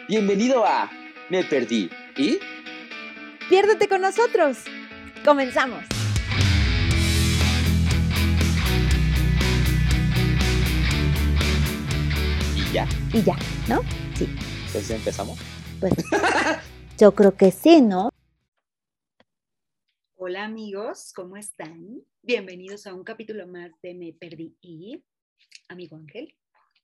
Bienvenido a Me Perdí. ¿Y? Piérdete con nosotros. Comenzamos. Y ya. Y ya, ¿no? Sí. Entonces empezamos. Pues yo creo que sí, ¿no? Hola amigos, ¿cómo están? Bienvenidos a un capítulo más de Me Perdí. Y amigo Ángel.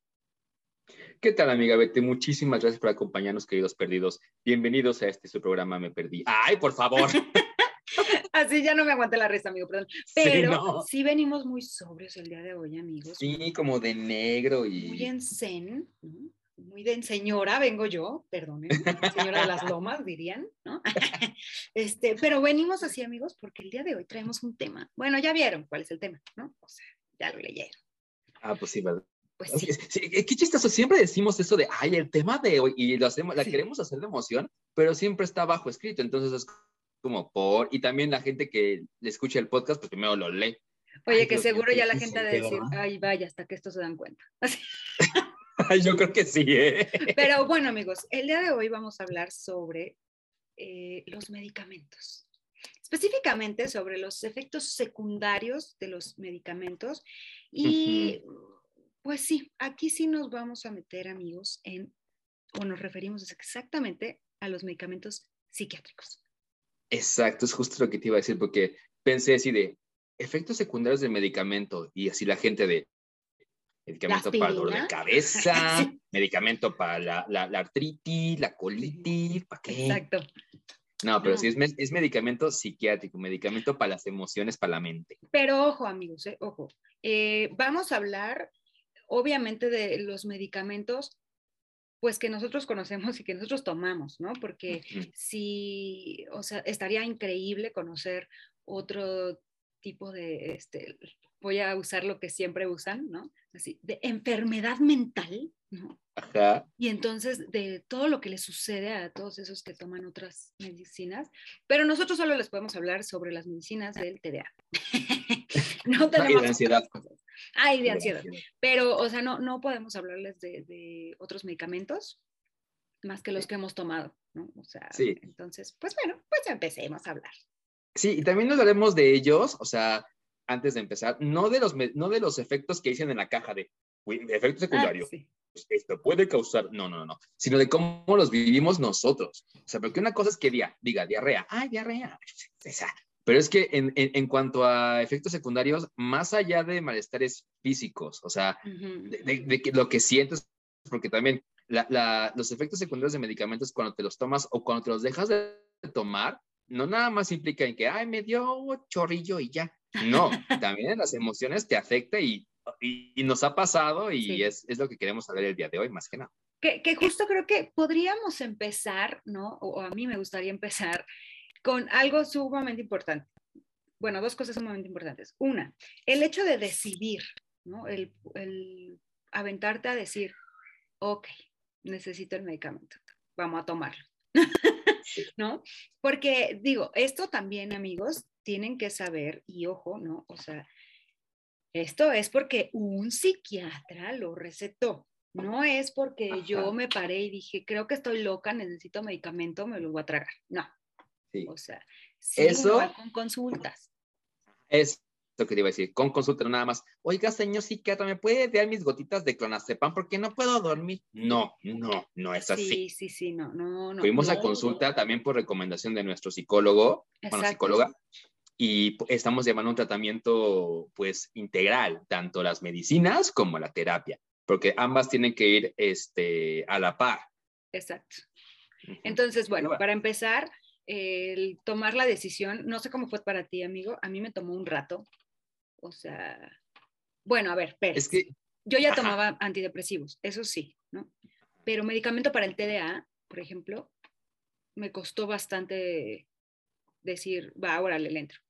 ¿Qué tal, amiga Betty? Muchísimas gracias por acompañarnos, queridos perdidos. Bienvenidos a su programa Me Perdí. ¡Ay, por favor! Así ya no me aguanté la risa, amigo, perdón. Pero sí venimos muy sobrios el día de hoy, amigos. Sí, como de negro y... Muy en zen, ¿no? Muy de señora vengo yo, perdonen, señora de las lomas, dirían, ¿no? Pero venimos así, amigos, porque el día de hoy traemos un tema. Bueno, ya vieron cuál es el tema, ¿no? O sea, ya lo leyeron. Ah, pues sí, ¿verdad? Pues sí. Sí, qué chistoso, siempre decimos eso de, ay, el tema de hoy, y lo hacemos, la queremos hacer de emoción, pero siempre está bajo escrito, entonces es como y también la gente que le escucha el podcast, pues primero lo lee. Oye, ay, que Dios seguro mío, ya la gente ha de decir, ¿verdad? ay, vaya, hasta que estos se dan cuenta. Así. Yo creo que sí, ¿eh? Pero bueno, amigos, el día de hoy vamos a hablar sobre los medicamentos. Específicamente sobre los efectos secundarios de los medicamentos. Y pues sí, aquí sí nos vamos a meter, amigos, o nos referimos exactamente a los medicamentos psiquiátricos. Exacto, es justo lo que te iba a decir, porque pensé así de efectos secundarios del medicamento, y así la gente de medicamento para el dolor de cabeza, sí. Medicamento para la artritis, la colitis, sí. ¿Para qué? Exacto. No, pero sí es medicamento psiquiátrico, medicamento para las emociones, para la mente. Pero ojo, amigos, ojo. Vamos a hablar, obviamente, de los medicamentos pues que nosotros conocemos y que nosotros tomamos, ¿no? Porque sí, o sea, estaría increíble conocer otro tipo de, voy a usar lo que siempre usan, ¿no? Así, de enfermedad mental, ¿no? Ajá. Y entonces de todo lo que les sucede a todos esos que toman otras medicinas, pero nosotros solo les podemos hablar sobre las medicinas del TDA. No tenemos de ansiedad. Otras cosas. Ay, de ansiedad. Pero, o sea, no podemos hablarles de otros medicamentos más que los que hemos tomado, ¿no? O sea, sí. Entonces, pues bueno, pues ya empecemos a hablar. Sí, y también nos hablaremos de ellos, o sea, antes de empezar, no de los efectos que dicen en la caja de efecto secundario. Sí. Esto puede causar, no, sino de cómo los vivimos nosotros. O sea, porque una cosa es que diga diarrea, ay, diarrea, pero es que en cuanto a efectos secundarios, más allá de malestares físicos, o sea, de lo que sientes, porque también los efectos secundarios de medicamentos cuando te los tomas o cuando te los dejas de tomar, no nada más implica en que, ay, me dio chorrillo y ya. No, también en las emociones te afecta y nos ha pasado y sí. es lo que queremos hablar el día de hoy, más que nada. Que justo creo que podríamos empezar, ¿no? O a mí me gustaría empezar con algo sumamente importante. Bueno, dos cosas sumamente importantes. Una, el hecho de decidir, ¿no? El aventarte a decir, ok, necesito el medicamento, vamos a tomarlo. ¿No? Porque digo, esto también, amigos, tienen que saber, y ojo, ¿no? O sea, esto es porque un psiquiatra lo recetó. No es porque yo me paré y dije, creo que estoy loca, necesito medicamento, me lo voy a tragar. No. Sí. O sea, sí, eso uno va con consultas. Es lo que te iba a decir, con consulta, no nada más. Oiga, señor psiquiatra, ¿me puede dar mis gotitas de clonazepam porque no puedo dormir? No es así. Sí, no. Fuimos a consulta también por recomendación de nuestro psicólogo, psicóloga, y estamos llevando un tratamiento, pues, integral, tanto las medicinas como la terapia, porque ambas tienen que ir a la par. Exacto. Entonces, bueno, para empezar, el tomar la decisión, no sé cómo fue para ti, amigo, a mí me tomó un rato. O sea, bueno, a ver, pero es que, yo ya tomaba antidepresivos, eso sí, ¿no? Pero medicamento para el TDA, por ejemplo, me costó bastante decir, va, órale, le entro.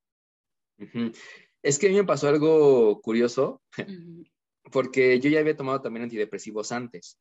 Es que a mí me pasó algo curioso, porque yo ya había tomado también antidepresivos antes.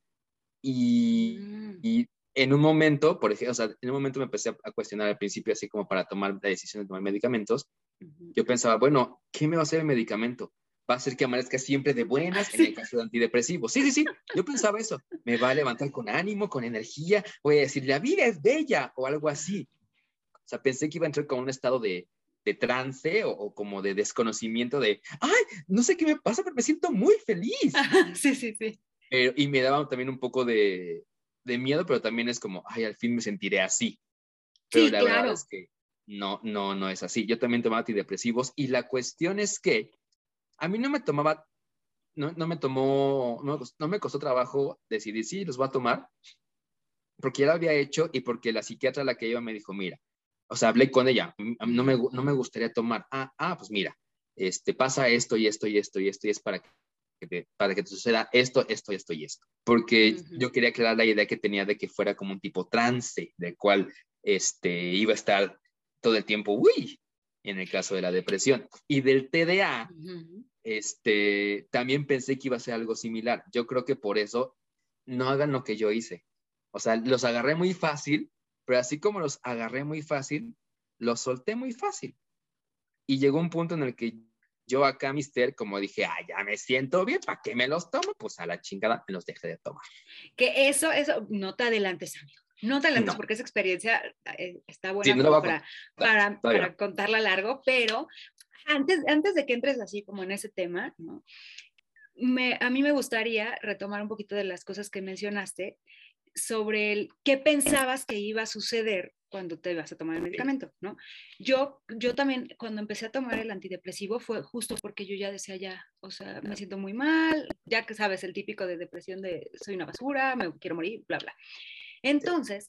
Y en un momento, por ejemplo, o sea, en un momento me empecé a cuestionar al principio, así como para tomar la decisión de tomar medicamentos. Yo pensaba, bueno, ¿qué me va a hacer el medicamento? va a hacer que amanezca siempre de buenas en el caso de antidepresivos. Sí, sí, sí, yo pensaba eso. Me va a levantar con ánimo, con energía, voy a decir, la vida es bella o algo así. O sea, pensé que iba a entrar con un estado de trance o como de desconocimiento de, ay, no sé qué me pasa, pero me siento muy feliz. Sí, sí, sí. Y me daba también un poco de miedo, pero también es como, ay, al fin me sentiré así. Pero Sí, la verdad claro. es que no es así. Yo también tomaba antidepresivos y la cuestión es que a mí no me tomaba, no me costó trabajo decidir si los voy a tomar, porque ya lo había hecho y porque la psiquiatra a la que iba me dijo, mira, o sea, hablé con ella, no me gustaría tomar, pues mira, pasa esto y esto y esto y esto y es para que te suceda esto, esto, esto y esto. Porque yo quería aclarar la idea que tenía de que fuera como un tipo trance, del cual iba a estar todo el tiempo, uy, en el caso de la depresión. Y del TDA, también pensé que iba a ser algo similar. Yo creo que por eso no hagan lo que yo hice. O sea, los agarré muy fácil, pero así como los agarré muy fácil, los solté muy fácil. Y llegó un punto en el que yo acá, mister, como dije, ya me siento bien, ¿para qué me los tomo? Pues a la chingada me los dejé de tomar. Que eso, no te adelantes, amigo. No te adelantes porque esa experiencia está buena como para contarla largo, pero antes de que entres así como en ese tema, ¿no? A mí me gustaría retomar un poquito de las cosas que mencionaste sobre qué pensabas que iba a suceder cuando te ibas a tomar el medicamento, ¿no? Yo también, cuando empecé a tomar el antidepresivo, fue justo porque yo ya decía, o sea, me siento muy mal, ya que sabes, el típico de depresión de soy una basura, me quiero morir, bla, bla. Entonces,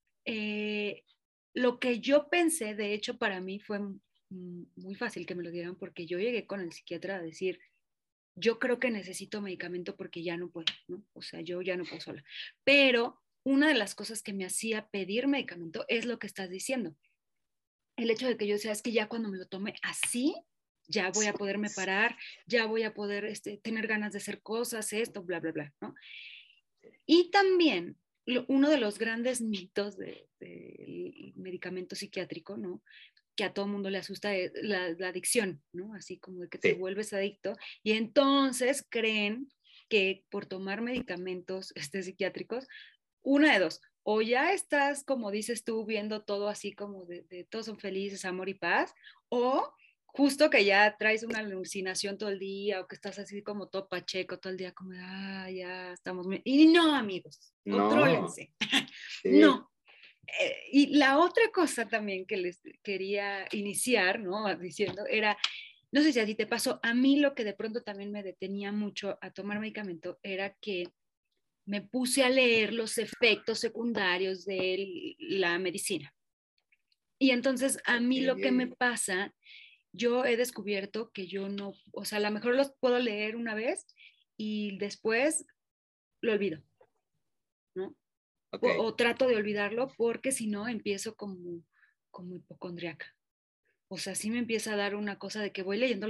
lo que yo pensé, de hecho, para mí fue muy fácil que me lo dieran porque yo llegué con el psiquiatra a decir, yo creo que necesito medicamento porque ya no puedo, ¿no? O sea, yo ya no puedo sola. Pero una de las cosas que me hacía pedir medicamento es lo que estás diciendo. El hecho de que yo decía, es que ya cuando me lo tome así, ya voy a poderme parar, ya voy a poder tener ganas de hacer cosas, esto, bla, bla, bla, ¿no? Y también uno de los grandes mitos del medicamento psiquiátrico, ¿no? Que a todo mundo le asusta es la adicción, ¿no? Así como de que te vuelves adicto y entonces creen que por tomar medicamentos psiquiátricos, una de dos, o ya estás, como dices tú, viendo todo así como de todos son felices, amor y paz, o justo que ya traes una alucinación todo el día o que estás así como todo pacheco todo el día, como, ya estamos bien. Y no, amigos, contrólense. No. Y la otra cosa también que les quería iniciar, ¿no? Diciendo, era, no sé si a ti te pasó, a mí lo que de pronto también me detenía mucho a tomar medicamento era que me puse a leer los efectos secundarios de la medicina. Y entonces a mí lo que me pasa, yo he descubierto que yo no, o sea, a lo mejor los puedo leer una vez y después lo olvido, ¿no? Okay. O trato de olvidarlo porque si no empiezo como hipocondriaca. O sea, sí me empieza a dar una cosa de que voy leyendo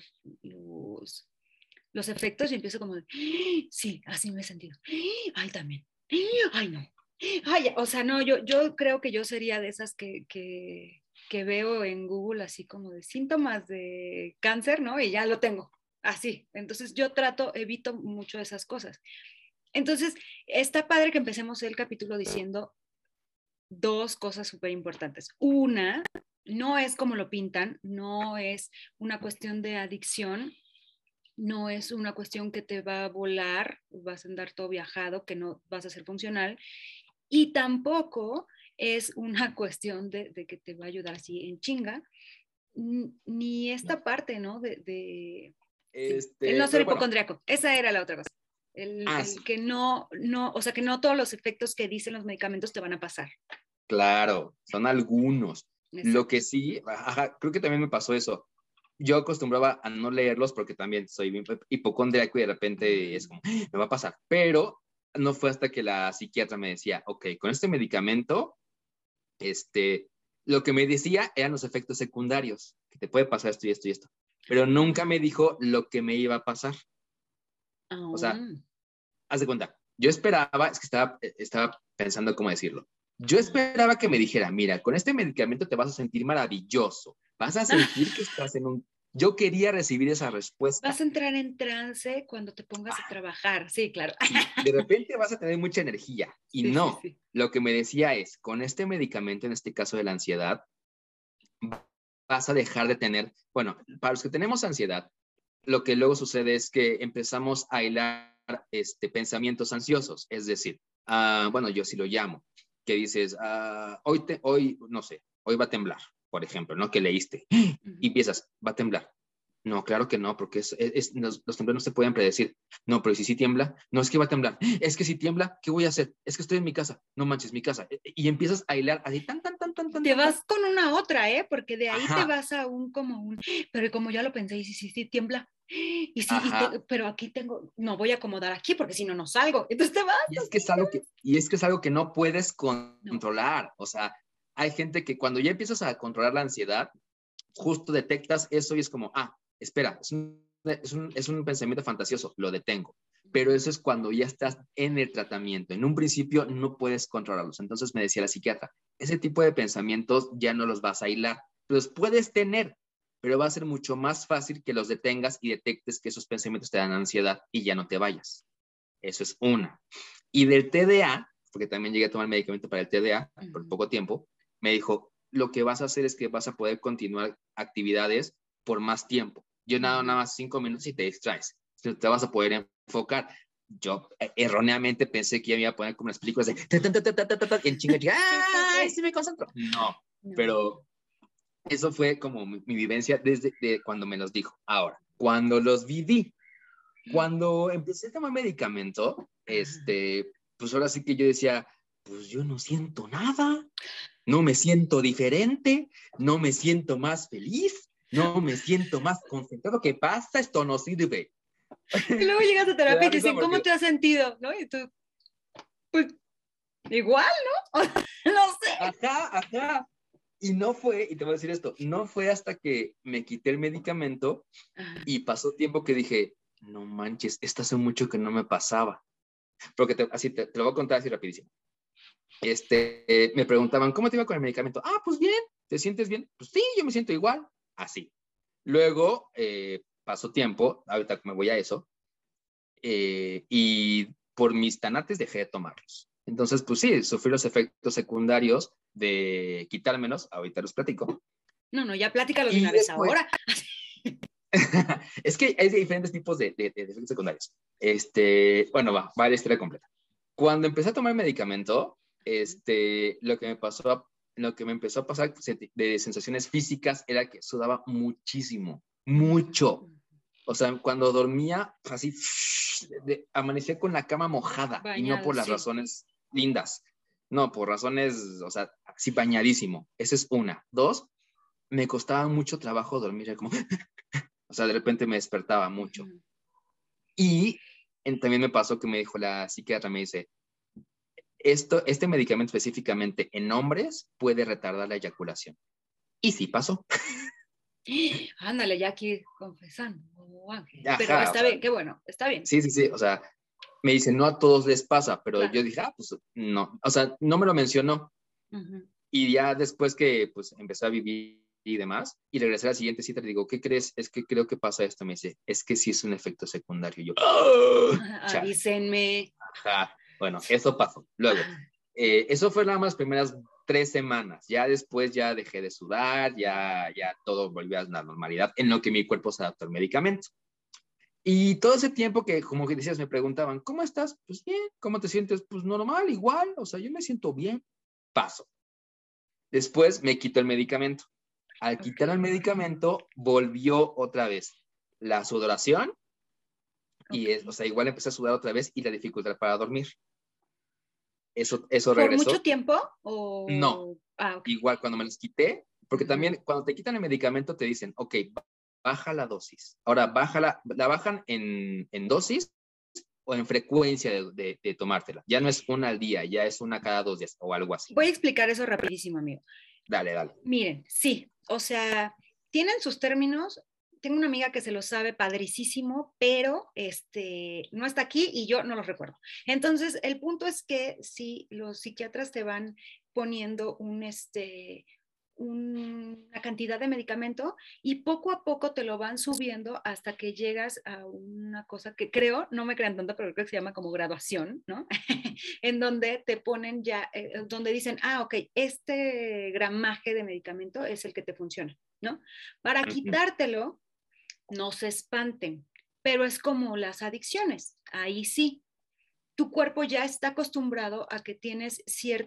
los efectos y empiezo como de, sí, así me he sentido. Ay, también. Ay, no. Ay, o sea, no, yo creo que yo sería de esas que veo en Google así como de síntomas de cáncer, ¿no? Y ya lo tengo, así. Entonces yo evito mucho esas cosas. Entonces, está padre que empecemos el capítulo diciendo dos cosas súper importantes. Una, no es como lo pintan, no es una cuestión de adicción, no es una cuestión que te va a volar, vas a andar todo viajado, que no vas a ser funcional, y tampoco es una cuestión de que te va a ayudar así en chinga, ni esta parte, ¿no? El no ser hipocondriaco. Esa era la otra cosa. El que no, o sea, que no todos los efectos que dicen los medicamentos te van a pasar. Claro, son algunos. Exacto. Lo que sí, creo que también me pasó eso. Yo acostumbraba a no leerlos porque también soy hipocondriaco y de repente es como, me va a pasar. Pero no fue hasta que la psiquiatra me decía, ok, con este medicamento, lo que me decía eran los efectos secundarios, que te puede pasar esto y esto y esto. Pero nunca me dijo lo que me iba a pasar. O sea, haz de cuenta, yo esperaba, es que estaba pensando cómo decirlo. Yo esperaba que me dijera, mira, con este medicamento te vas a sentir maravilloso, vas a sentir que estás en un Yo quería recibir esa respuesta. Vas a entrar en trance cuando te pongas a trabajar. Sí, claro. Sí, de repente vas a tener mucha energía. Y Sí, no, sí, sí. lo que me decía es, con este medicamento, en este caso de la ansiedad, vas a dejar de tener, bueno, para los que tenemos ansiedad, lo que luego sucede es que empezamos a hilar pensamientos ansiosos. Es decir, bueno, yo sí lo llamo, que dices, hoy, no sé, hoy va a temblar, por ejemplo, ¿no? Que leíste y piensas, va a temblar. No, claro que no, porque los temblores no se pueden predecir. No, pero si sí tiembla, no es que va a temblar. Es que si tiembla, ¿qué voy a hacer? Es que estoy en mi casa. No manches, mi casa. Y empiezas a hilar así, tan, tan, tan, tan, tan. Te tan, vas con una otra, ¿eh? Porque de ahí te Ajá, vas a pero como ya lo pensé, y si tiembla, y sí, ajá. pero aquí tengo, no voy a acomodar aquí porque si no, no salgo. Entonces te vas así. Y es que es algo que no puedes No. controlar. O sea, hay gente que cuando ya empiezas a controlar la ansiedad, justo detectas eso y es como, espera, es un pensamiento fantasioso, lo detengo. Pero eso es cuando ya estás en el tratamiento. En un principio no puedes controlarlos. Entonces me decía la psiquiatra, ese tipo de pensamientos ya no los vas a hilar. Los puedes tener, pero va a ser mucho más fácil que los detengas y detectes que esos pensamientos te dan ansiedad y ya no te vayas. Eso es una. Y del TDA, porque también llegué a tomar medicamento para el TDA por poco tiempo, me dijo, lo que vas a hacer es que vas a poder continuar actividades por más tiempo. Yo nada más 5 minutos y te distraes. Te vas a poder enfocar. Yo erróneamente pensé que ya me iba a poner como las películas de en chinga, ¡ay, sí me concentro! No, pero eso fue como mi vivencia desde cuando me los dijo. Ahora, cuando los viví, cuando empecé a tomar medicamento, pues ahora sí que yo decía, pues yo no siento nada, no me siento diferente, no me siento más feliz, no me siento más concentrado. ¿Qué pasa? Esto no sirve. Y luego llegas a Me terapia da y te risa dicen, ¿cómo porque, te has sentido? ¿No? Y tú, pues igual, ¿no? No sé. ajá. Y no fue, y te voy a decir esto, no fue hasta que me quité el medicamento y pasó tiempo que dije, no manches, esto hace mucho que no me pasaba. Porque así te lo voy a contar así rapidísimo. Me preguntaban, ¿cómo te iba con el medicamento? Pues bien, ¿te sientes bien? Pues sí, yo me siento igual, así. Luego pasó tiempo, ahorita me voy a eso, y por mis tanates dejé de tomarlos. Entonces, pues sí, sufrí los efectos secundarios de quitármelos, ahorita los platico. No, ya pláticalos de Y una vez después, ahora. es que hay diferentes tipos de efectos secundarios. Bueno, va la historia completa. Cuando empecé a tomar medicamento, lo que me empezó a pasar de sensaciones físicas era que sudaba muchísimo, mucho. O sea, cuando dormía, así, amanecía con la cama mojada y no Bañado, por las sí. razones lindas. No, por razones, o sea, así bañadísimo. Esa es una. Dos, me costaba mucho trabajo dormir, era como, o sea, de repente me despertaba mucho. Y también me pasó que me dijo la psiquiatra, me dice, este medicamento específicamente en hombres puede retardar la eyaculación. Y sí pasó. Ándale, ya aquí confesando, Ángel. Pero Ajá, o está sea, bien, qué bueno, está bien. sí, o sea, me dice, no a todos les pasa, pero Claro. yo dije, pues no, o sea, no me lo mencionó. Y ya después que pues empecé a vivir y demás, y regresé a la siguiente cita, le digo, ¿qué crees? Es que creo que pasa esto. Me dice, es que sí es un efecto secundario. Y yo, chale. Avísenme. Ajá. Bueno, eso pasó. Luego, eso fue nada más las primeras 3 semanas. Ya después ya dejé de sudar, ya todo volvió a la normalidad, en lo que mi cuerpo se adaptó al medicamento. Y todo ese tiempo que, como que decías, me preguntaban, ¿cómo estás? Pues bien, ¿cómo te sientes? Pues normal, igual, o sea, yo me siento bien. Paso. Después me quito el medicamento. Al quitar el medicamento, volvió otra vez la sudoración y, o sea, igual empecé a sudar otra vez y la dificultad para dormir. Eso ¿Por mucho regresó. tiempo? No, O... Ok. igual cuando me los quité, porque también cuando te quitan el medicamento te dicen, ok, baja la dosis. Ahora, la bajan en dosis o en frecuencia de tomártela. Ya no es una al día, ya es una cada 2 días o algo así. Voy a explicar eso rapidísimo, amigo. Dale. Miren, sí, o sea, tienen sus términos. Tengo una amiga que se lo sabe padricísimo, pero no está aquí y yo no los recuerdo. Entonces, el punto es que si los psiquiatras te van poniendo una cantidad de medicamento y poco a poco te lo van subiendo hasta que llegas a una cosa que creo, no me crean tanto, pero creo que se llama como graduación, ¿no? En donde te ponen ya, donde dicen, ok, este gramaje de medicamento es el que te funciona, ¿no? Para quitártelo, no se espanten, pero es como las adicciones, ahí sí, tu cuerpo ya está acostumbrado a que tienes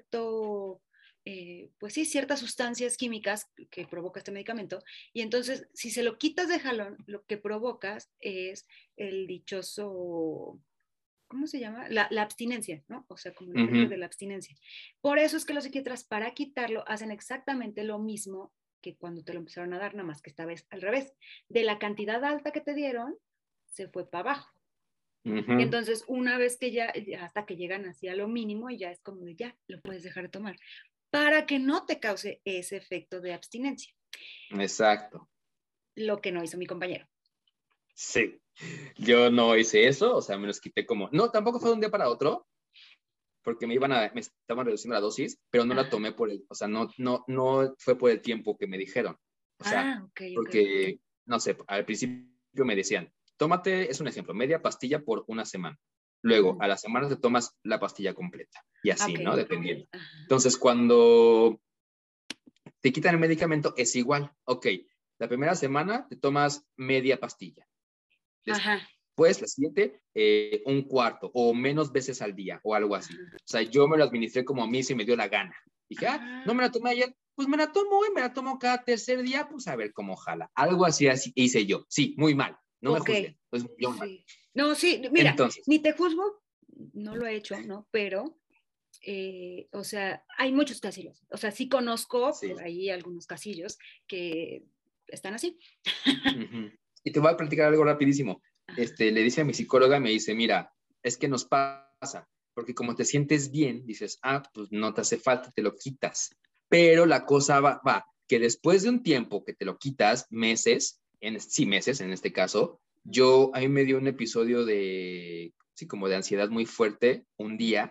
pues sí, ciertas sustancias químicas que provoca este medicamento, y entonces si se lo quitas de jalón, lo que provocas es el dichoso, ¿cómo se llama? La abstinencia, ¿no? O sea, como el efecto de la abstinencia. Por eso es que los psiquiatras, para quitarlo, hacen exactamente lo mismo que cuando te lo empezaron a dar, nada más que esta vez al revés. De la cantidad alta que te dieron, se fue para abajo. Y entonces, una vez que ya, hasta que llegan así a lo mínimo, y ya es como de ya, lo puedes dejar de tomar, para que no te cause ese efecto de abstinencia. Exacto. Lo que no hizo mi compañero. Sí, yo no hice eso, o sea, me los quité como, no, tampoco fue de un día para otro, porque me estaban reduciendo la dosis, pero no la tomé o sea, no fue por el tiempo que me dijeron. O sea, porque, no sé, al principio me decían, tómate, es un ejemplo, media pastilla por una semana. Luego, a la semana te tomas la pastilla completa. Y así, ¿no? Dependiendo. Entonces, cuando te quitan el medicamento, es igual. Ok, la primera semana te tomas media pastilla. Después, la siguiente, un cuarto o menos veces al día o algo así. O sea, yo me lo administré como a mí se me dio la gana. Dije, no me la tomé ayer, pues me la tomo hoy, me la tomo cada tercer día, pues a ver cómo jala. Algo así hice yo. Sí, muy mal. No me juzguen. Pues yo mal. No, sí, mira, entonces, ni te juzgo, no lo he hecho, ¿no? Pero, o sea, hay muchos casillos. O sea, sí conozco por ahí algunos casillos que están así. Y te voy a platicar algo rapidísimo. Le dice a mi psicóloga, me dice, mira, es que nos pasa, porque como te sientes bien, dices, pues no te hace falta, te lo quitas. Pero la cosa va, que después de un tiempo que te lo quitas, meses en este caso, a mí me dio un episodio como de ansiedad muy fuerte un día,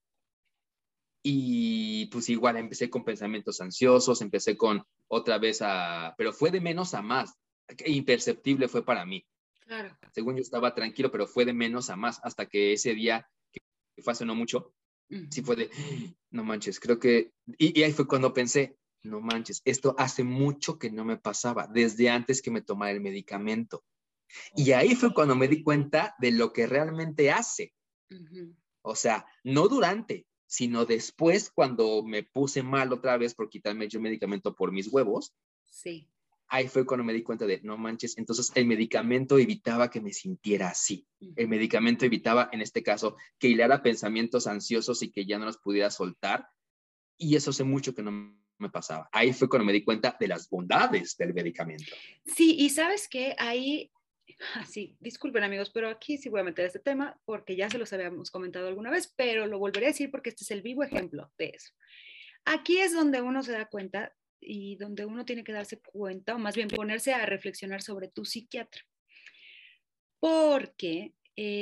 y pues igual empecé con pensamientos ansiosos, empecé con otra vez pero fue de menos a más, imperceptible fue para mí. Claro. Según yo estaba tranquilo, pero fue de menos a más hasta que ese día, que fue hace no mucho, sí fue de, no manches, creo que, y ahí fue cuando pensé, no manches, esto hace mucho que no me pasaba, desde antes que me tomara el medicamento. Y ahí fue cuando me di cuenta de lo que realmente hace. O sea, no durante, sino después cuando me puse mal otra vez por quitarme yo el medicamento por mis huevos. Sí. Ahí fue cuando me di cuenta de, no manches, entonces el medicamento evitaba que me sintiera así. El medicamento evitaba, en este caso, que hilara pensamientos ansiosos y que ya no los pudiera soltar. Y eso hace mucho que no me pasaba. Ahí fue cuando me di cuenta de las bondades del medicamento. Sí, y sabes que ahí, sí, disculpen amigos, pero aquí sí voy a meter este tema porque ya se los habíamos comentado alguna vez, pero lo volveré a decir porque este es el vivo ejemplo de eso. Aquí es donde uno se da cuenta y donde uno tiene que darse cuenta, o más bien ponerse a reflexionar sobre tu psiquiatra. Porque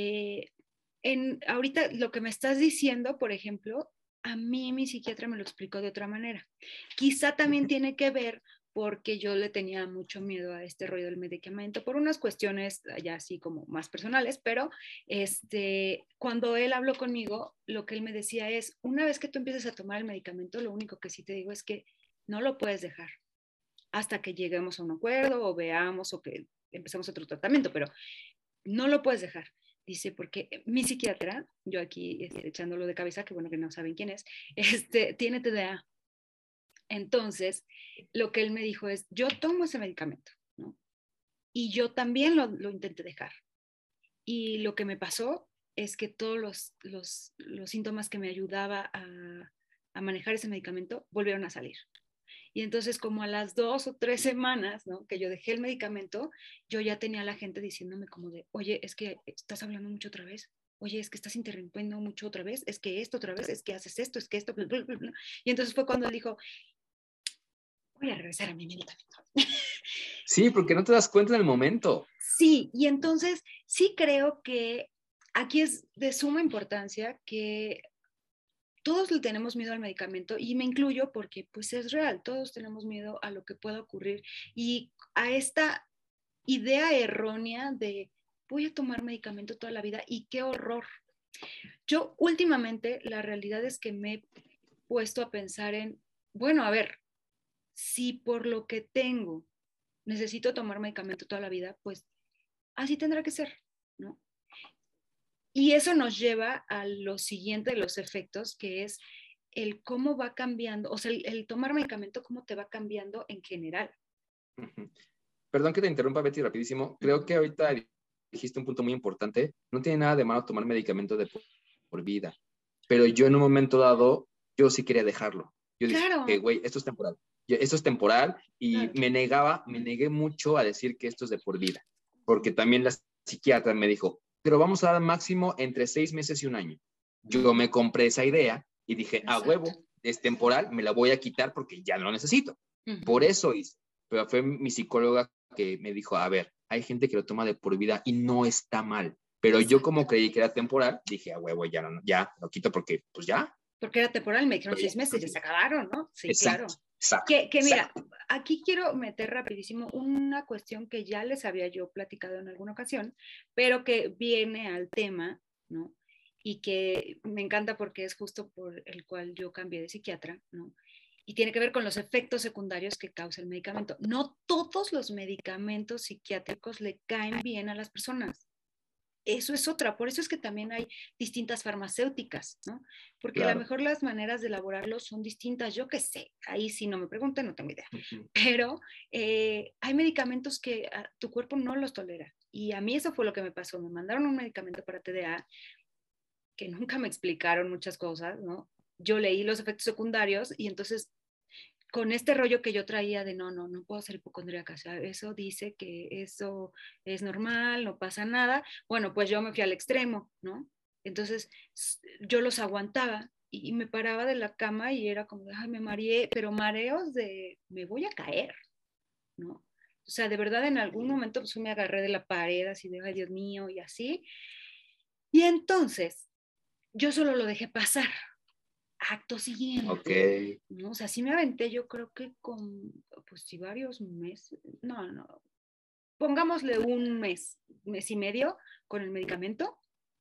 ahorita lo que me estás diciendo, por ejemplo, a mí mi psiquiatra me lo explicó de otra manera. Quizá también tiene que ver porque yo le tenía mucho miedo a este rollo del medicamento por unas cuestiones ya así como más personales, pero cuando él habló conmigo, lo que él me decía es, una vez que tú empieces a tomar el medicamento, lo único que sí te digo es que no lo puedes dejar hasta que lleguemos a un acuerdo o veamos o que empecemos otro tratamiento, pero no lo puedes dejar. Dice, porque mi psiquiatra, yo aquí echándolo de cabeza, que bueno que no saben quién es, tiene TDA. Entonces, lo que él me dijo es, yo tomo ese medicamento, ¿no? Y yo también lo intenté dejar. Y lo que me pasó es que todos los síntomas que me ayudaba a manejar ese medicamento volvieron a salir. Y entonces como a las 2 o 3 semanas, ¿no?, que yo dejé el medicamento, yo ya tenía a la gente diciéndome como de, oye, es que estás hablando mucho otra vez, oye, es que estás interrumpiendo mucho otra vez, es que esto otra vez, es que haces esto, es que esto, bla, bla, bla, bla. Y entonces fue cuando él dijo, voy a regresar a mi medicamento. Sí, porque no te das cuenta en el momento. Sí, y entonces sí creo que aquí es de suma importancia que todos le tenemos miedo al medicamento y me incluyo porque pues es real, todos tenemos miedo a lo que pueda ocurrir y a esta idea errónea de voy a tomar medicamento toda la vida y qué horror. Yo últimamente la realidad es que me he puesto a pensar en, bueno, a ver, si por lo que tengo necesito tomar medicamento toda la vida, pues así tendrá que ser, ¿no? Y eso nos lleva a lo siguiente de los efectos, que es el cómo va cambiando, o sea, el tomar medicamento, cómo te va cambiando en general. Perdón que te interrumpa, Betty, rapidísimo. Creo que ahorita dijiste un punto muy importante. No tiene nada de malo tomar medicamento de por vida, pero yo en un momento dado, yo sí quería dejarlo. Yo dije, Claro. güey, esto es temporal. Esto es temporal y Claro. me negué mucho a decir que esto es de por vida, porque también la psiquiatra me dijo, pero vamos a dar máximo entre 6 meses y un año. Yo me compré esa idea y dije, a huevo, es temporal, me la voy a quitar porque ya no lo necesito. Por eso hice. Pero fue mi psicóloga que me dijo, a ver, hay gente que lo toma de por vida y no está mal. Pero yo como creí que era temporal, dije, a huevo, ya, no, ya lo quito porque pues ya. Porque era temporal, me dijeron 6 meses, ya se acabaron, ¿no? Sí, exacto, claro. Exacto, que mira, aquí quiero meter rapidísimo una cuestión que ya les había yo platicado en alguna ocasión, pero que viene al tema, ¿no? Y que me encanta porque es justo por el cual yo cambié de psiquiatra, ¿no? Y tiene que ver con los efectos secundarios que causa el medicamento. No todos los medicamentos psiquiátricos le caen bien a las personas. Eso es otra, por eso es que también hay distintas farmacéuticas, ¿no? Porque a lo mejor las maneras de elaborarlos son distintas, yo qué sé, ahí sí no me pregunten, no tengo idea, pero hay medicamentos que tu cuerpo no los tolera y a mí eso fue lo que me pasó, me mandaron un medicamento para TDA que nunca me explicaron muchas cosas, ¿no? Yo leí los efectos secundarios y entonces con este rollo que yo traía de no puedo ser hipocondríaca, o sea, eso dice que eso es normal, no pasa nada, bueno, pues yo me fui al extremo, ¿no? Entonces yo los aguantaba y me paraba de la cama y era como, ay, me mareé, pero mareos de, me voy a caer, ¿no? O sea, de verdad en algún momento pues me agarré de la pared así de, ay, Dios mío, y así. Y entonces yo solo lo dejé pasar, acto siguiente, okay. ¿no? O sea, sí me aventé yo creo que con, pues sí, varios meses, no, pongámosle un mes y medio con el medicamento.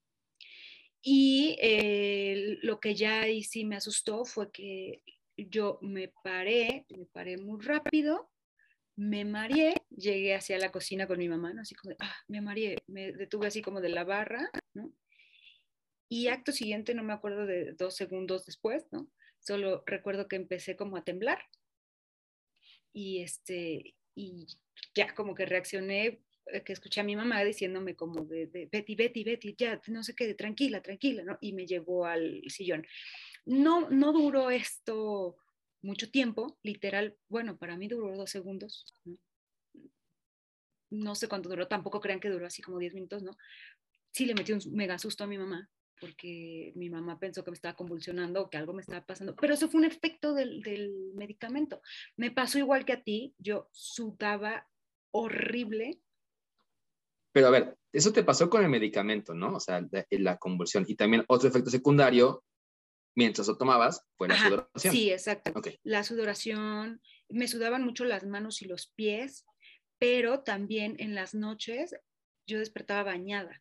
Y lo que ya ahí sí me asustó fue que yo me paré muy rápido, me mareé, llegué hacia la cocina con mi mamá, ¿no? Así como de, me mareé, me detuve así como de la barra, ¿no? Y acto siguiente, no me acuerdo de 2 segundos después, ¿no? Solo recuerdo que empecé como a temblar y ya como que reaccioné, que escuché a mi mamá diciéndome como de Betty, ya, no sé qué, tranquila, ¿no? Y me llevó al sillón. No duró esto mucho tiempo, literal, bueno, para mí duró 2 segundos, ¿no? No sé cuánto duró, tampoco crean que duró así como 10 minutos, ¿no? Sí le metí un mega susto a mi mamá, porque mi mamá pensó que me estaba convulsionando o que algo me estaba pasando, pero eso fue un efecto del medicamento. Me pasó igual que a ti, yo sudaba horrible. Pero a ver, eso te pasó con el medicamento, ¿no? O sea, la convulsión. Y también otro efecto secundario, mientras lo tomabas, fue la sudoración. Sí, exacto. Okay. La sudoración, me sudaban mucho las manos y los pies, pero también en las noches yo despertaba bañada.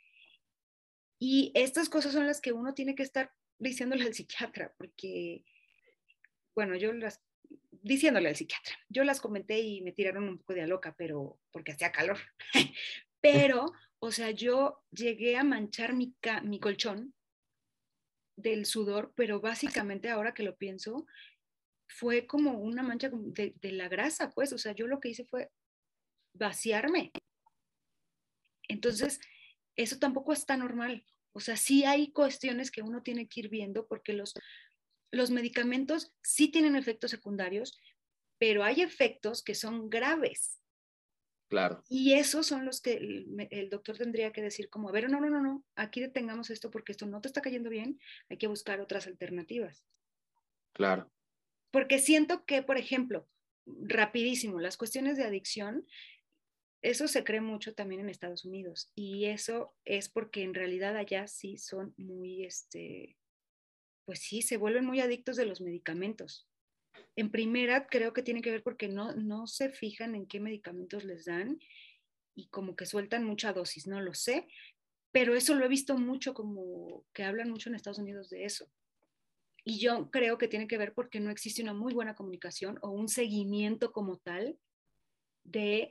Y estas cosas son las que uno tiene que estar diciéndole al psiquiatra, porque, bueno, diciéndole al psiquiatra, yo las comenté y me tiraron un poco de a loca, pero porque hacía calor. Pero, o sea, yo llegué a manchar mi colchón del sudor, pero básicamente ahora que lo pienso, fue como una mancha de la grasa, pues, o sea, yo lo que hice fue vaciarme. Entonces, eso tampoco está normal. O sea, sí hay cuestiones que uno tiene que ir viendo porque los medicamentos sí tienen efectos secundarios, pero hay efectos que son graves. Claro. Y esos son los que el doctor tendría que decir como, a ver, no, aquí detengamos esto porque esto no te está cayendo bien, hay que buscar otras alternativas. Claro. Porque siento que, por ejemplo, rapidísimo, las cuestiones de adicción, eso se cree mucho también en Estados Unidos y eso es porque en realidad allá sí son muy, pues sí, se vuelven muy adictos de los medicamentos. En primera, creo que tiene que ver porque no se fijan en qué medicamentos les dan y como que sueltan mucha dosis, no lo sé, pero eso lo he visto mucho, como que hablan mucho en Estados Unidos de eso. Y yo creo que tiene que ver porque no existe una muy buena comunicación o un seguimiento como tal de,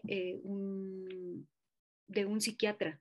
de un psiquiatra.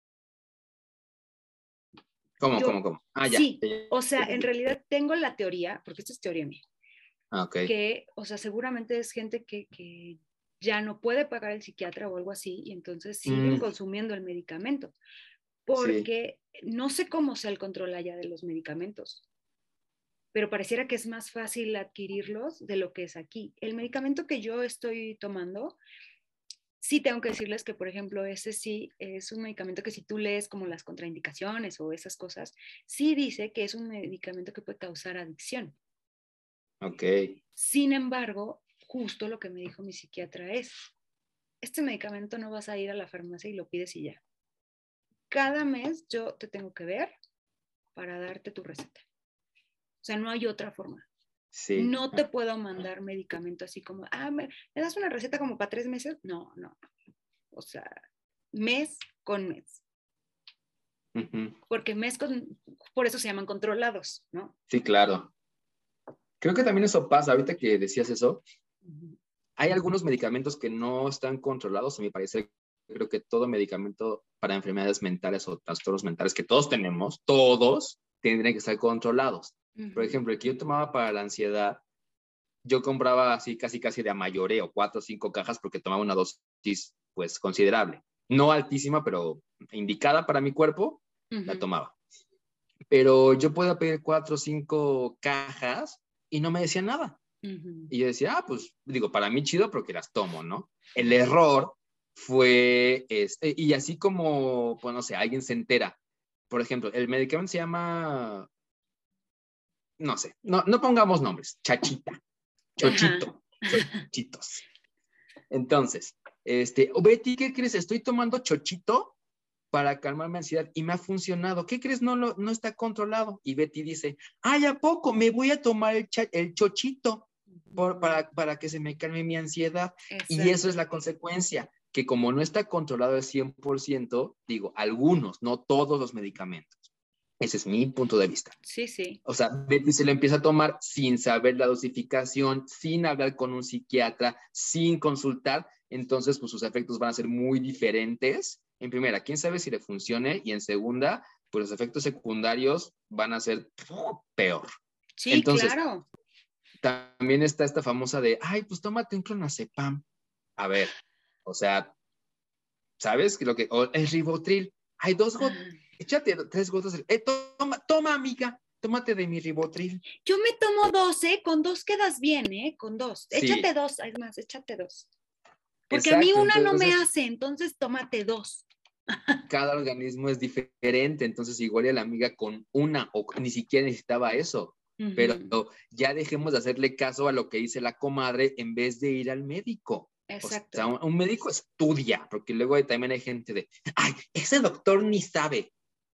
¿Cómo? Ah, ya. Sí, o sea, en realidad tengo la teoría, porque esto es teoría mía, Okay. que, o sea, seguramente es gente que ya no puede pagar el psiquiatra o algo así, y entonces siguen consumiendo el medicamento, porque no sé cómo sea el control allá de los medicamentos, pero pareciera que es más fácil adquirirlos de lo que es aquí. El medicamento que yo estoy tomando, sí tengo que decirles que, por ejemplo, ese sí es un medicamento que si tú lees como las contraindicaciones o esas cosas, sí dice que es un medicamento que puede causar adicción. Ok. Sin embargo, justo lo que me dijo mi psiquiatra es, este medicamento no vas a ir a la farmacia y lo pides y ya. Cada mes yo te tengo que ver para darte tu receta. O sea, no hay otra forma. Sí. No te puedo mandar medicamento así como, ¿me das una receta como para 3 meses? No. O sea, mes con mes. Porque por eso se llaman controlados, ¿no? Sí, claro. Creo que también eso pasa, ahorita que decías eso, hay algunos medicamentos que no están controlados, a mi parecer. Creo que todo medicamento para enfermedades mentales o trastornos mentales que todos tenemos, todos tendrían que estar controlados. Por ejemplo, el que yo tomaba para la ansiedad, yo compraba así casi de a mayoreo, 4 o 5 cajas porque tomaba una dosis pues considerable. No altísima, pero indicada para mi cuerpo, la tomaba. Pero yo podía pedir 4 o 5 cajas y no me decían nada. Y yo decía, pues, digo, para mí chido porque las tomo, ¿no? El error fue, y así como, pues, no sé, alguien se entera. Por ejemplo, el medicamento se llama, no sé, no pongamos nombres, chachita, chochito, chochitos. Entonces, Betty, ¿qué crees? Estoy tomando chochito para calmar mi ansiedad y me ha funcionado. ¿Qué crees? No está controlado. Y Betty dice, ay, ¿a poco? Me voy a tomar el chochito para que se me calme mi ansiedad. Exacto. Y eso es la consecuencia, que como no está controlado al 100%, digo, algunos, no todos los medicamentos. Ese es mi punto de vista. Sí. O sea, Betty se lo empieza a tomar sin saber la dosificación, sin hablar con un psiquiatra, sin consultar. Entonces, pues sus efectos van a ser muy diferentes. En primera, quién sabe si le funcione. Y en segunda, pues los efectos secundarios van a ser peor. Sí, entonces, claro. También está esta famosa de, ay, pues tómate un clonazepam. A ver, o sea, ¿sabes? El ribotril. Hay 2 gotas, échate 3 gotas. Toma, amiga, tómate de mi ribotril. Yo me tomo 2, con 2 quedas bien, con 2. Sí. Échate 2, es más, échate 2. Porque exacto, a mí una entonces, no me hace, entonces tómate 2. Cada organismo es diferente, entonces igual a la amiga con una o ni siquiera necesitaba eso. Pero ya dejemos de hacerle caso a lo que dice la comadre en vez de ir al médico. Exacto. O sea, un médico estudia, porque luego también hay gente de, ay, ese doctor ni sabe.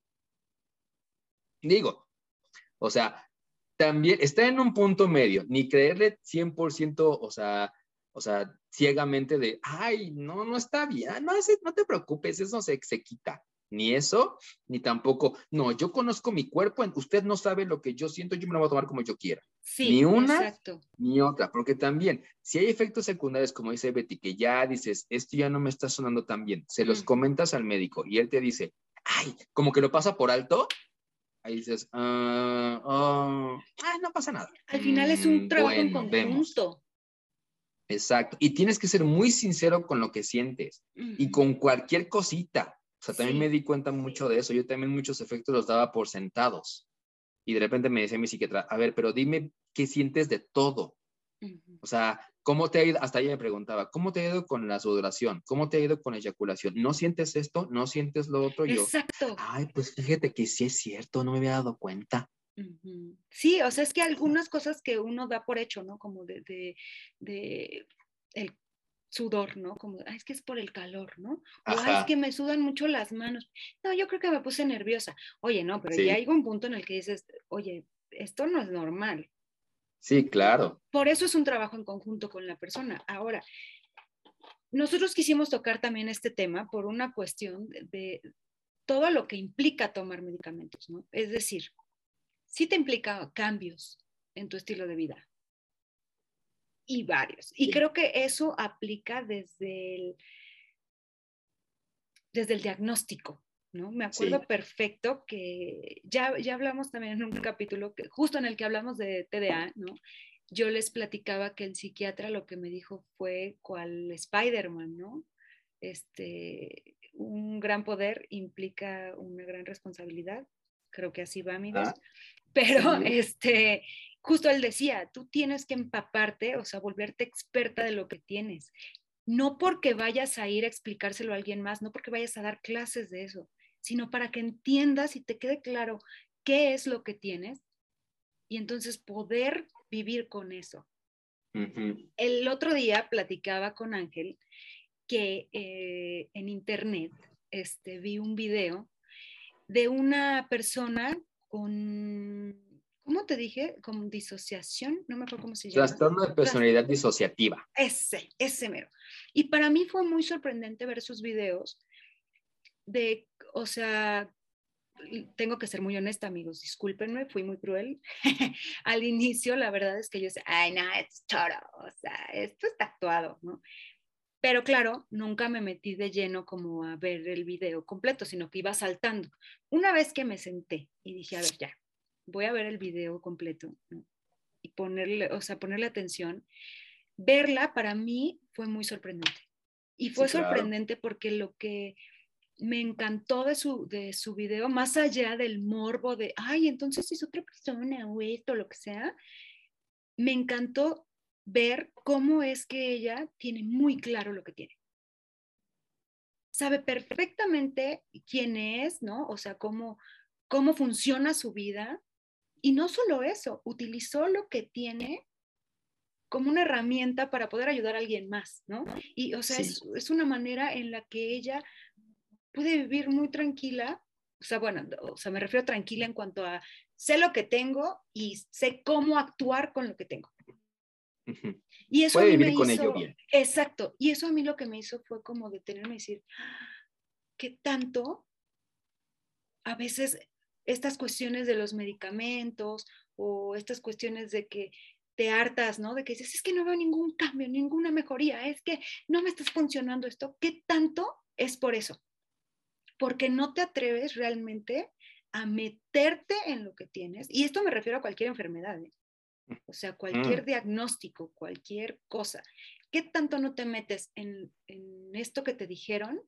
Digo, o sea, también está en un punto medio, ni creerle 100%, o sea, ciegamente de, ay, no está bien, no te preocupes, eso se quita. Ni eso, ni tampoco, no, yo conozco mi cuerpo, usted no sabe lo que yo siento, yo me lo voy a tomar como yo quiera. Sí, ni una, exacto, ni otra, porque también, si hay efectos secundarios, como dice Betty, que ya dices, esto ya no me está sonando tan bien, se los comentas al médico y él te dice, ay, como que lo pasa por alto, ahí dices, no pasa nada. Al final es un trabajo en conjunto. Vemos. Exacto. Y tienes que ser muy sincero con lo que sientes y con cualquier cosita. O sea, también me di cuenta mucho de eso. Yo también muchos efectos los daba por sentados. Y de repente me decía mi psiquiatra, a ver, pero dime qué sientes de todo. O sea, ¿cómo te ha ido? Hasta ella me preguntaba, ¿cómo te ha ido con la sudoración? ¿Cómo te ha ido con la eyaculación? ¿No sientes esto? ¿No sientes lo otro? Exacto. Yo, ay, pues fíjate que sí es cierto, no me había dado cuenta. Sí, o sea, es que algunas cosas que uno da por hecho, ¿no? Como de el sudor, ¿no? Como, es que es por el calor, ¿no? O, es que me sudan mucho las manos. No, yo creo que me puse nerviosa. Oye, no, pero ya llega un punto en el que dices, oye, esto no es normal. Sí, claro. Por eso es un trabajo en conjunto con la persona. Ahora, nosotros quisimos tocar también este tema por una cuestión de todo lo que implica tomar medicamentos, ¿no? Es decir, sí te implica cambios en tu estilo de vida y varios. Y creo que eso aplica desde el diagnóstico, ¿no? Me acuerdo perfecto que ya hablamos también en un capítulo justo en el que hablamos de TDA, ¿no? Yo les platicaba que el psiquiatra lo que me dijo fue cual Spider-Man, ¿no? Un gran poder implica una gran responsabilidad. Creo que así va, amigos. Pero justo él decía, tú tienes que empaparte, o sea, volverte experta de lo que tienes. No porque vayas a ir a explicárselo a alguien más, no porque vayas a dar clases de eso, sino para que entiendas y te quede claro qué es lo que tienes y entonces poder vivir con eso. El otro día platicaba con Ángel que en internet vi un video de una persona con, ¿cómo te dije? Con disociación, no me acuerdo cómo se llama. Trastorno de personalidad disociativa. Ese mero. Y para mí fue muy sorprendente ver sus videos o sea, tengo que ser muy honesta, amigos, discúlpenme, fui muy cruel. Al inicio, la verdad es que yo decía, ay, no, esto es choro, o sea, esto está actuado, ¿no? Pero claro, nunca me metí de lleno como a ver el video completo, sino que iba saltando. Una vez que me senté y dije, a ver, ya, voy a ver el video completo, ¿no? Y ponerle atención, verla para mí fue muy sorprendente. Y fue sorprendente porque lo que me encantó de su video, más allá del morbo de, ay, entonces es otra persona o esto, lo que sea, me encantó ver cómo es que ella tiene muy claro lo que tiene. Sabe perfectamente quién es, ¿no? O sea, cómo funciona su vida. Y no solo eso, utilizó lo que tiene como una herramienta para poder ayudar a alguien más, ¿no? Y, o sea, es una manera en la que ella puede vivir muy tranquila. O sea, bueno, o sea, me refiero tranquila en cuanto a sé lo que tengo y sé cómo actuar con lo que tengo. Y eso puede a mí vivir con ello bien. Exacto. Y eso a mí lo que me hizo fue como detenerme y decir, ¿qué tanto a veces estas cuestiones de los medicamentos o estas cuestiones de que te hartas, ¿no? De que dices, es que no veo ningún cambio, ninguna mejoría, es que no me estás funcionando esto. ¿Qué tanto es por eso? Porque no te atreves realmente a meterte en lo que tienes. Y esto me refiero a cualquier enfermedad, ¿eh? O sea, cualquier diagnóstico, cualquier cosa. ¿Qué tanto no te metes en esto que te dijeron?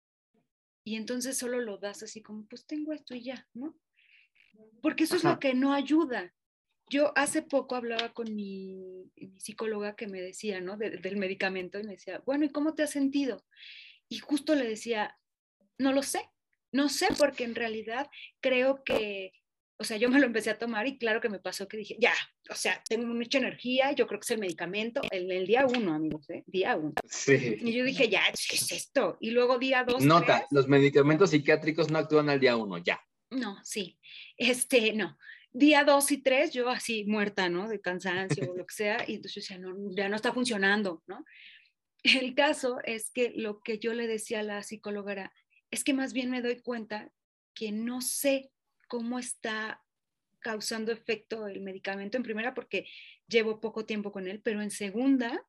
Y entonces solo lo das así como, pues tengo esto y ya, ¿no? Porque eso es lo que no ayuda. Yo hace poco hablaba con mi psicóloga que me decía, ¿no? Del medicamento y me decía, bueno, ¿y cómo te has sentido? Y justo le decía, no lo sé, no sé porque en realidad creo que, o sea, yo me lo empecé a tomar y claro que me pasó que dije, ya, o sea, tengo mucha energía, yo creo que es el medicamento, el día 1, amigos, día 1. Sí. Y yo dije, ya, ¿qué es esto? Y luego día 2, Nota, 3. los medicamentos psiquiátricos no actúan al día 1, ya. No, sí, no. Día 2 y 3, yo así muerta, ¿no? De cansancio o lo que sea, y entonces yo decía, no, ya no está funcionando, ¿no? El caso es que lo que yo le decía a la psicóloga era, es que más bien me doy cuenta que no sé cómo está causando efecto el medicamento, en primera porque llevo poco tiempo con él, pero en segunda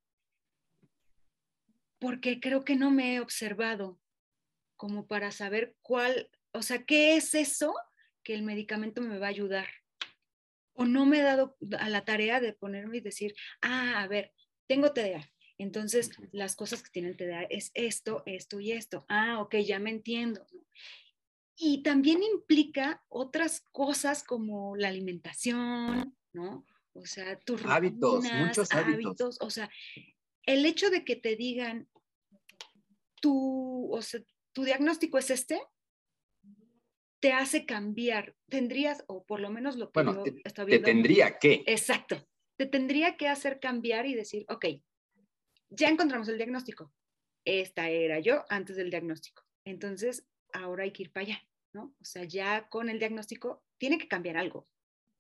porque creo que no me he observado como para saber o sea, qué es eso que el medicamento me va a ayudar. O no me he dado a la tarea de ponerme y decir, a ver, tengo TDA. Entonces, las cosas que tiene el TDA es esto, esto y esto. Ok, ya me entiendo, ¿no? Y también implica otras cosas como la alimentación, ¿no? O sea, tus hábitos, rutinas, muchos hábitos. o sea, el hecho de que te digan, o sea, tu diagnóstico es te hace cambiar. Tendrías, o por lo menos lo que bueno, yo estaba te viendo. tendría que. Exacto. Te tendría que hacer cambiar y decir, ok, ya encontramos el diagnóstico. Esta era yo antes del diagnóstico. Entonces, ahora hay que ir para allá, ¿no? O sea, ya con el diagnóstico tiene que cambiar algo.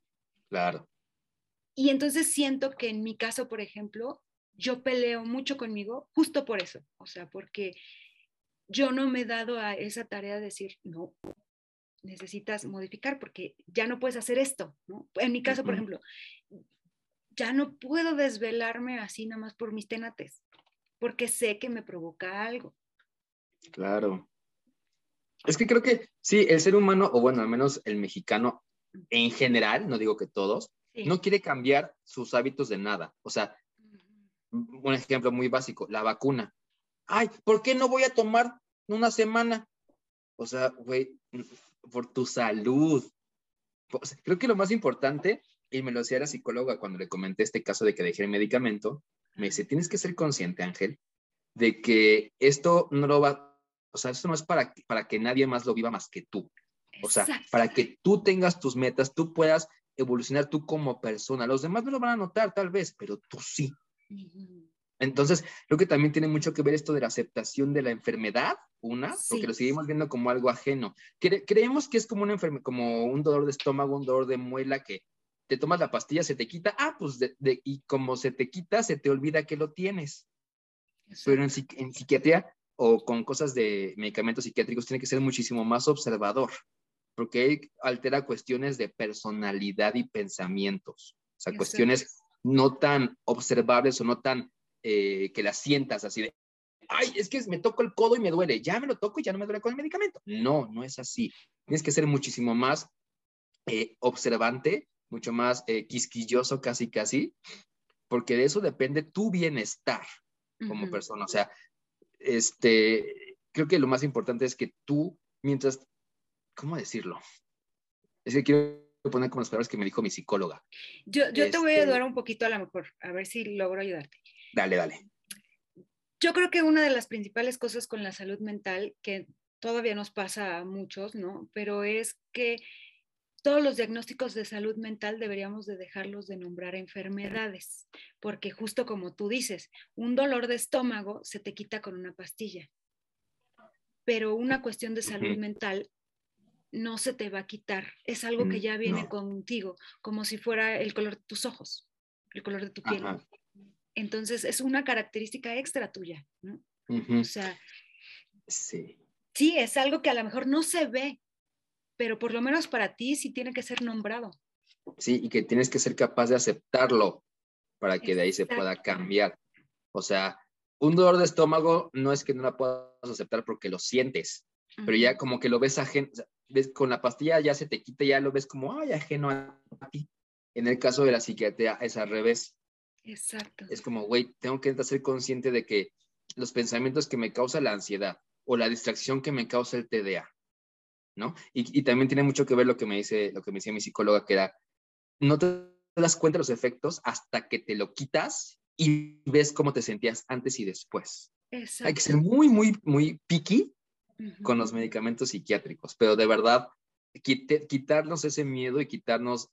Claro. Y entonces siento que en mi caso, por ejemplo, yo peleo mucho conmigo justo por eso, o sea, porque yo no me he dado a esa tarea de decir, no, necesitas modificar porque ya no puedes hacer esto, ¿no? En mi caso, por Ujú. ejemplo, ya no puedo desvelarme así nada más por mis tenates, porque sé que me provoca algo. Claro. Es que creo que sí, el ser humano, o bueno, al menos el mexicano en general, no digo que todos, Sí. no quiere cambiar sus hábitos de nada. O sea, un ejemplo muy básico, la vacuna. Ay, ¿por qué no voy a tomar una semana? O sea, güey, por tu salud. O sea, creo que lo más importante, y me lo decía la psicóloga cuando le comenté este caso de que dejé el medicamento, me dice, tienes que ser consciente, Ángel, de que esto no lo va, o sea, esto no es para que nadie más lo viva más que tú. O sea, Exacto. para que tú tengas tus metas, tú puedas evolucionar tú como persona. Los demás no lo van a notar tal vez, pero tú sí. Uh-huh. Entonces, creo que también tiene mucho que ver esto de la aceptación de la enfermedad, una, porque lo Sí. seguimos viendo como algo ajeno. Creemos que es como, como un dolor de estómago, un dolor de muela que te tomas la pastilla, se te quita, pues, y como se te quita, se te olvida que lo tienes. Pero Exacto. en psiquiatría o con cosas de medicamentos psiquiátricos tiene que ser muchísimo más observador, porque altera cuestiones de personalidad y pensamientos, o sea, Exacto. cuestiones no tan observables o no tan que las sientas así de, ay, es que me toco el codo y me duele, ya me lo toco y ya no me duele con el medicamento. No, no es así. Tienes que ser muchísimo más observante, mucho más quisquilloso casi casi, porque de eso depende tu bienestar como Uh-huh. persona. O sea, creo que lo más importante es que tú, mientras, ¿cómo decirlo? Es que quiero poner como las palabras que me dijo mi psicóloga. Yo te voy a ayudar un poquito a lo mejor, a ver si logro ayudarte. Dale, dale. Yo creo que una de las principales cosas con la salud mental, que todavía nos pasa a muchos, ¿no? Pero es que todos los diagnósticos de salud mental deberíamos de dejarlos de nombrar enfermedades, porque justo como tú dices, un dolor de estómago se te quita con una pastilla, pero una cuestión de salud Uh-huh. mental no se te va a quitar, es algo que ya viene No. contigo, como si fuera el color de tus ojos, el color de tu piel. Ajá. Entonces es una característica extra tuya, ¿no? O Uh-huh. sea, Sí. sí, es algo que a lo mejor no se ve, pero por lo menos para ti sí tiene que ser nombrado. Sí, y que tienes que ser capaz de aceptarlo para que de ahí se pueda Exacto. cambiar. O sea, un dolor de estómago no es que no la puedas aceptar porque lo sientes, pero ya Uh-huh. como que lo ves ajeno, o sea, ves, con la pastilla ya se te quita, ya lo ves como, ay, ajeno a ti. En el caso de la psiquiatría es al revés. Exacto. Es como, güey, tengo que ser consciente de que los pensamientos que me causa la ansiedad o la distracción que me causa el TDA, ¿no? Y también tiene mucho que ver lo que me decía mi psicóloga, que era, no te das cuenta de los efectos hasta que te lo quitas y ves cómo te sentías antes y después. Hay que ser Exacto. muy, muy, muy picky con Uh-huh. los medicamentos psiquiátricos, pero de verdad, quitarnos ese miedo y quitarnos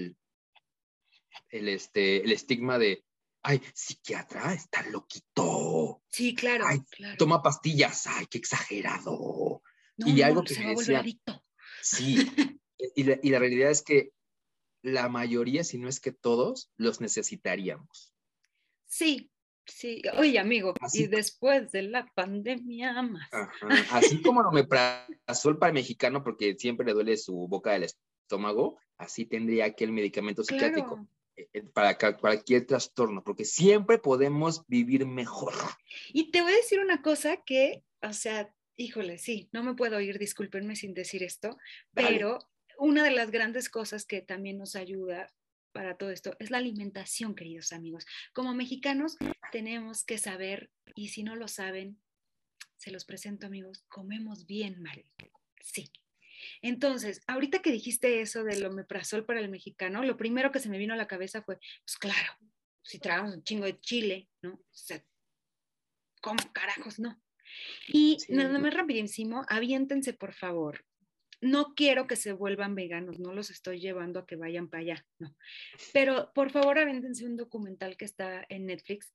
el estigma de, ay, psiquiatra, está loquito. Sí, claro, Ay, claro. toma pastillas, ay, qué exagerado. No, Y no, algo que se me va a volver decía, adicto. sí, y la realidad es que la mayoría, si no es que todos, los necesitaríamos. Sí, sí. Oye, amigo, y Así, después de la pandemia más. ajá, así como el omeprazol para el mexicano, porque siempre le duele su boca del estómago, así tendría aquel medicamento psiquiátrico Claro. para cualquier trastorno, porque siempre podemos vivir mejor. Y te voy a decir una cosa que, o sea, híjole, sí, no me puedo ir, discúlpenme sin decir esto, Dale. pero una de las grandes cosas que también nos ayuda para todo esto es la alimentación, queridos amigos. Como mexicanos tenemos que saber, y si no lo saben, se los presento, amigos, comemos bien mal. Sí. Entonces, ahorita que dijiste eso del omeprazol para el mexicano, lo primero que se me vino a la cabeza fue, pues claro, si tragamos un chingo de chile, ¿no? O sea, ¿cómo carajos no? Y nada Sí. más rapidísimo, aviéntense por favor. No quiero que se vuelvan veganos, no los estoy llevando a que vayan para allá, no. Pero por favor aviéntense un documental que está en Netflix,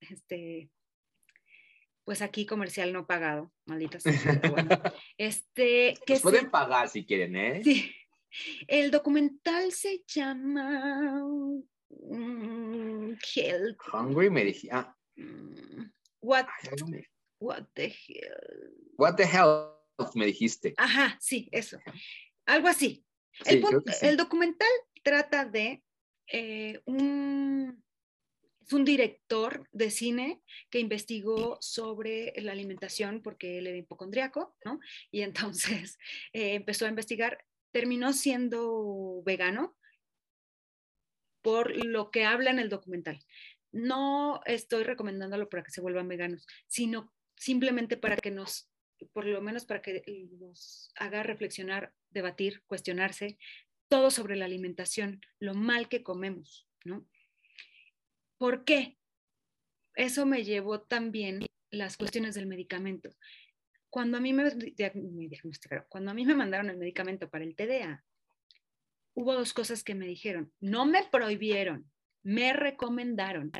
pues aquí comercial no pagado, maldita sea, pero bueno. Que Nos pueden se, pagar si quieren, ¿eh? sí, El documental se llama Health. Hungry me dije. What, Algo me- what the hell. What the hell me dijiste. Ajá, sí, eso. Algo así. Sí, creo que sí. El documental trata de es un director de cine que investigó sobre la alimentación porque él era hipocondriaco, ¿no? Y entonces empezó a investigar, terminó siendo vegano por lo que habla en el documental. No estoy recomendándolo para que se vuelvan veganos, sino simplemente para que por lo menos para que nos haga reflexionar, debatir, cuestionarse todo sobre la alimentación, lo mal que comemos, ¿no? ¿Por qué? Eso me llevó también las cuestiones del medicamento. Cuando a mí me diagnosticaron, cuando a mí me mandaron el medicamento para el TDA, hubo dos cosas que me dijeron. No me prohibieron, me recomendaron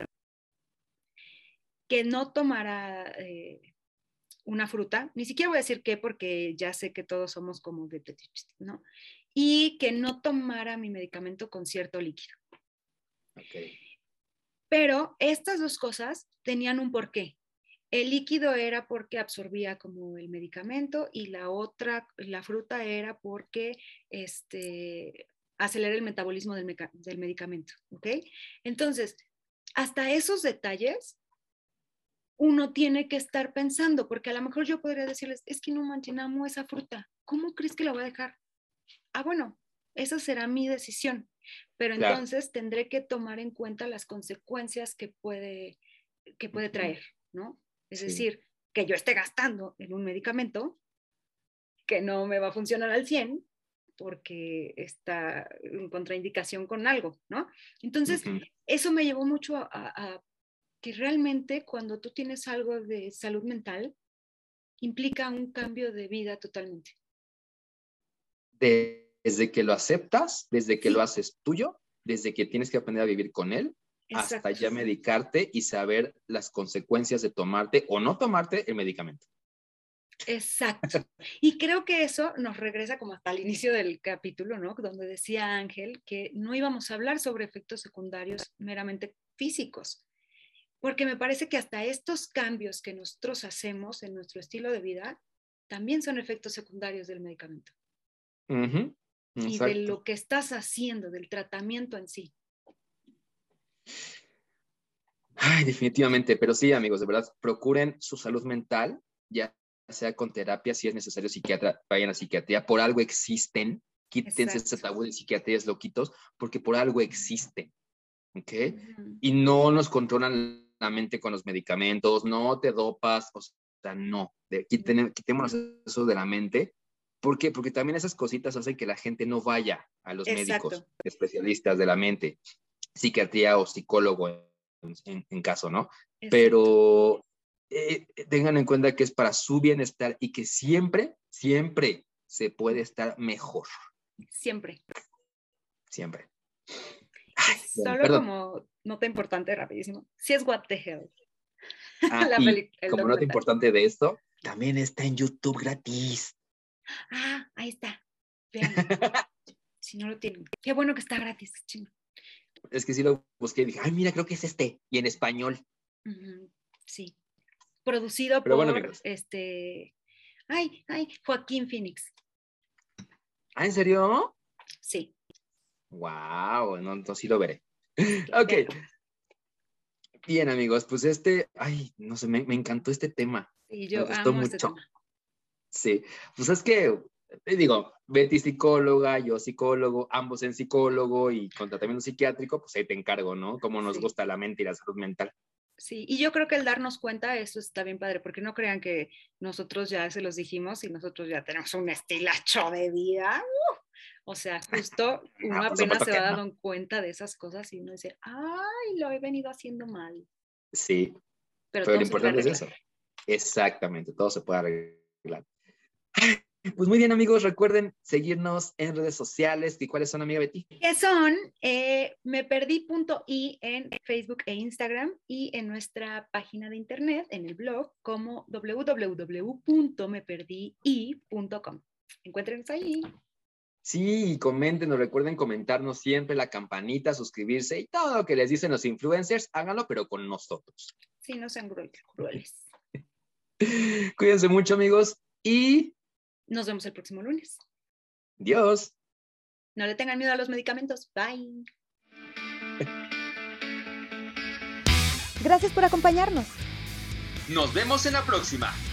que no tomara una fruta, ni siquiera voy a decir qué porque ya sé que todos somos como de ¿no? Y que no tomara mi medicamento con cierto líquido. Okay. Pero estas dos cosas tenían un porqué. El líquido era porque absorbía como el medicamento y la fruta era porque acelera el metabolismo del medicamento, ¿ok? Entonces, hasta esos detalles uno tiene que estar pensando, porque a lo mejor yo podría decirles, es que no manches, amo esa fruta, ¿cómo crees que la voy a dejar? Bueno, esa será mi decisión, pero claro, entonces tendré que tomar en cuenta las consecuencias que puede traer, ¿no? Es decir, que yo esté gastando en un medicamento que no me va a funcionar al 100 porque está en contraindicación con algo, ¿no? Entonces, eso me llevó mucho a que realmente cuando tú tienes algo de salud mental, implica un cambio de vida totalmente. Desde que lo aceptas, desde que lo haces tuyo, desde que tienes que aprender a vivir con él, hasta ya medicarte y saber las consecuencias de tomarte o no tomarte el medicamento. Exacto. Y creo que eso nos regresa como hasta el inicio del capítulo, ¿no? Donde decía Ángel que no íbamos a hablar sobre efectos secundarios meramente físicos, porque me parece que hasta estos cambios que nosotros hacemos en nuestro estilo de vida también son efectos secundarios del medicamento. Y de lo que estás haciendo, del tratamiento en sí. Ay, definitivamente, pero sí, amigos, de verdad, procuren su salud mental, ya sea con terapia, si es necesario psiquiatra, vayan a psiquiatría, por algo existen, quítense ese tabú de psiquiatrías loquitos, porque por algo existen, ¿ok? Y no nos controlan la mente con los medicamentos, no te dopas, o sea, no, quitémonos eso de la mente. ¿Por qué? Porque también esas cositas hacen que la gente no vaya a los médicos especialistas de la mente, psiquiatría o psicólogo en caso, ¿no? Pero tengan en cuenta que es para su bienestar y que siempre, siempre se puede estar mejor. Siempre. Siempre. Ay, solo como nota importante, rapidísimo. Sí es What the Hell. Como nota importante de esto, también está en YouTube gratis. Ahí está. Vean. Si no lo tienen. Qué bueno que está gratis. Chino. Es que sí lo busqué y dije, ay, mira, creo que es y en español. Sí. Producido por amigos. Joaquín Phoenix. ¿En serio? Sí. Wow, no, entonces sí lo veré. Ok. Bien, amigos, pues no sé, me encantó este tema. Sí, yo me gustó amo mucho. Este tema. Sí, pues es que, te digo, Betty psicóloga, yo psicólogo, ambos en psicólogo y con tratamiento psiquiátrico, pues ahí te encargo, ¿no? Cómo nos gusta la mente y la salud mental. Sí, y yo creo que el darnos cuenta, eso está bien padre, porque no crean que nosotros ya se los dijimos y nosotros ya tenemos un estilacho de vida. O sea, justo uno apenas se va dando cuenta de esas cosas y uno dice, ay, lo he venido haciendo mal. Sí, pero lo importante es eso. Exactamente, todo se puede arreglar. Pues muy bien, amigos, recuerden seguirnos en redes sociales. ¿Y cuáles son, amiga Betty? Que son meperdí.i en Facebook e Instagram y en nuestra página de internet, en el blog, como www.meperdii.com. Encuéntrenos ahí. Sí, coméntenos, recuerden comentarnos siempre, la campanita, suscribirse y todo lo que les dicen los influencers, háganlo, pero con nosotros. Sí, no sean crueles. Cuídense mucho, amigos, y nos vemos el próximo lunes. Dios. No le tengan miedo a los medicamentos. Bye. Gracias por acompañarnos. Nos vemos en la próxima.